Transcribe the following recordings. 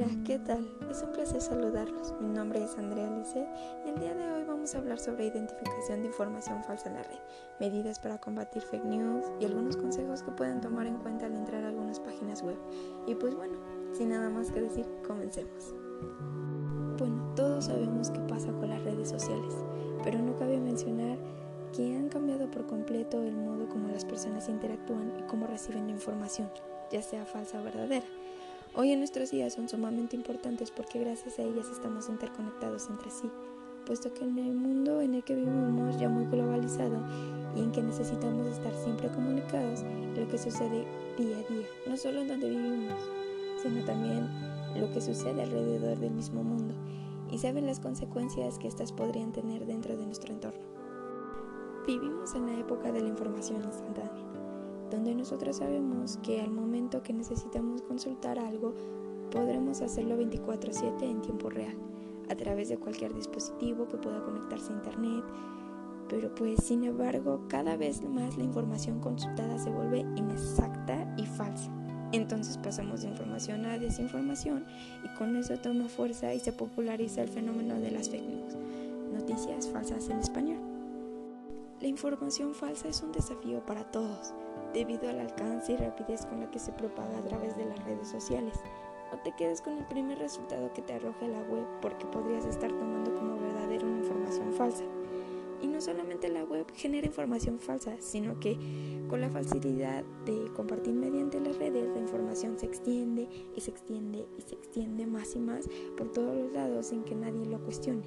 Hola, ¿qué tal? Es un placer saludarlos. Mi nombre es Andrea Lice y el día de hoy vamos a hablar sobre identificación de información falsa en la red, medidas para combatir fake news y algunos consejos que pueden tomar en cuenta al entrar a algunas páginas web. Y pues bueno, sin nada más que decir, comencemos. Bueno, todos sabemos qué pasa con las redes sociales, pero no cabe mencionar que han cambiado por completo el modo como las personas interactúan y cómo reciben la información, ya sea falsa o verdadera. Hoy en nuestros días son sumamente importantes porque gracias a ellas estamos interconectados entre sí, puesto que en el mundo en el que vivimos ya muy globalizado y en que necesitamos estar siempre comunicados, lo que sucede día a día, no solo en donde vivimos, sino también lo que sucede alrededor del mismo mundo, y saben las consecuencias que estas podrían tener dentro de nuestro entorno. Vivimos en la época de la información instantánea, donde nosotros sabemos que al momento que necesitamos consultar algo, podremos hacerlo 24/7 en tiempo real, a través de cualquier dispositivo que pueda conectarse a internet, pero pues sin embargo cada vez más la información consultada se vuelve inexacta y falsa. Entonces pasamos de información a desinformación y con eso toma fuerza y se populariza el fenómeno de las fake news, noticias falsas en español. La información falsa es un desafío para todos, debido al alcance y rapidez con la que se propaga a través de las redes sociales. No te quedes con el primer resultado que te arroje la web porque podrías estar tomando como verdadera una información falsa. Y no solamente la web genera información falsa, sino que con la facilidad de compartir mediante las redes, la información se extiende y se extiende y se extiende más y más por todos los lados sin que nadie lo cuestione.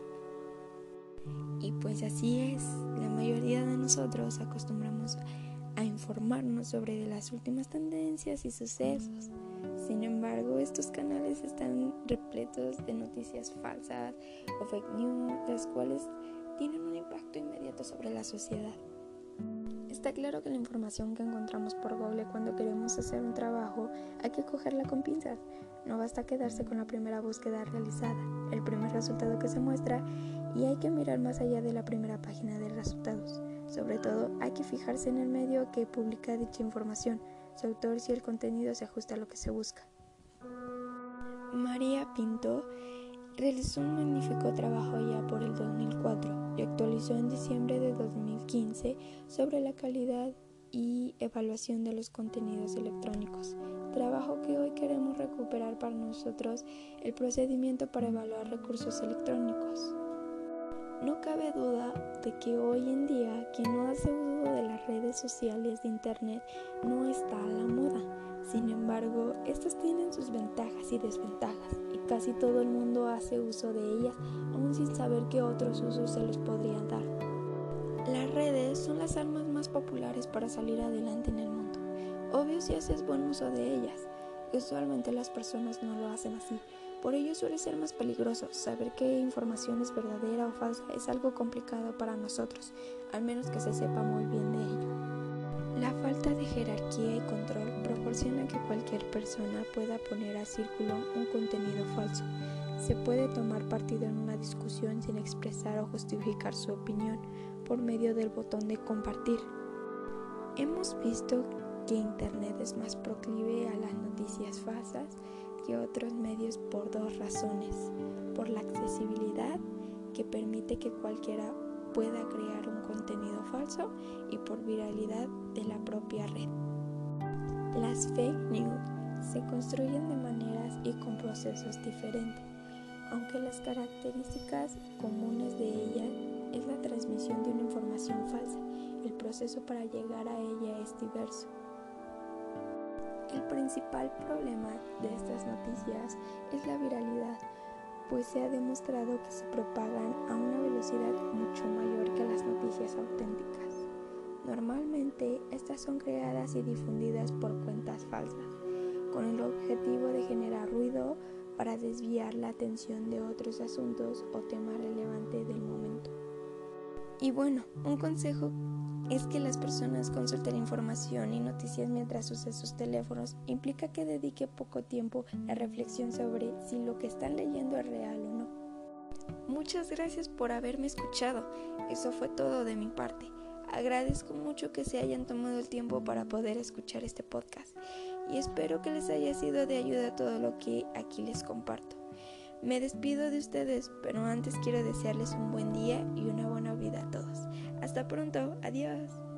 Y pues así es, la mayoría de nosotros acostumbramos a informarnos sobre las últimas tendencias y sucesos. Sin embargo, estos canales están repletos de noticias falsas o fake news, las cuales tienen un impacto inmediato sobre la sociedad. Está claro que la información que encontramos por Google cuando queremos hacer un trabajo hay que cogerla con pinzas. No basta quedarse con la primera búsqueda realizada, el primer resultado que se muestra, y hay que mirar más allá de la primera página de resultados. Sobre todo, hay que fijarse en el medio que publica dicha información, su autor, si el contenido se ajusta a lo que se busca. María Pinto realizó un magnífico trabajo ya por el 2004 y actualizó en diciembre de 2015 sobre la calidad y evaluación de los contenidos electrónicos, trabajo que hoy queremos recuperar para nosotros el procedimiento para evaluar recursos electrónicos. No cabe duda de que hoy en día quien no hace uso de las redes sociales de internet no está a la moda. Sin embargo, estas tienen sus ventajas y desventajas y casi todo el mundo hace uso de ellas aún sin saber qué otros usos se les podrían dar. Las redes son las armas más populares para salir adelante en el mundo. Obvio si haces buen uso de ellas. Usualmente las personas no lo hacen así. Por ello suele ser más peligroso. Saber qué información es verdadera o falsa es algo complicado para nosotros, al menos que se sepa muy bien de ello. La falta de jerarquía y control proporciona que cualquier persona pueda poner a círculo un contenido falso. Se puede tomar partido en una discusión sin expresar o justificar su opinión por medio del botón de compartir. Hemos visto que Internet es más proclive a las noticias falsas que otros medios por dos razones: por la accesibilidad, que permite que cualquiera pueda crear un contenido falso, y por viralidad de la propia red. Las fake news se construyen de maneras y con procesos diferentes, aunque las características comunes de ellas es la transmisión de una información falsa. El proceso para llegar a ella es diverso. El principal problema de estas noticias es la viralidad, pues se ha demostrado que se propagan a una velocidad mucho mayor que las noticias auténticas. Normalmente, estas son creadas y difundidas por cuentas falsas, con el objetivo de generar ruido para desviar la atención de otros asuntos o temas relevantes del momento. Y bueno, un consejo es que las personas consulten información y noticias mientras usen sus teléfonos. Implica que dedique poco tiempo a reflexión sobre si lo que están leyendo es real o no. Muchas gracias por haberme escuchado. Eso fue todo de mi parte. Agradezco mucho que se hayan tomado el tiempo para poder escuchar este podcast. y espero que les haya sido de ayuda todo lo que aquí les comparto. Me despido de ustedes, pero antes quiero desearles un buen día y una buena vida a todos. Hasta pronto, adiós.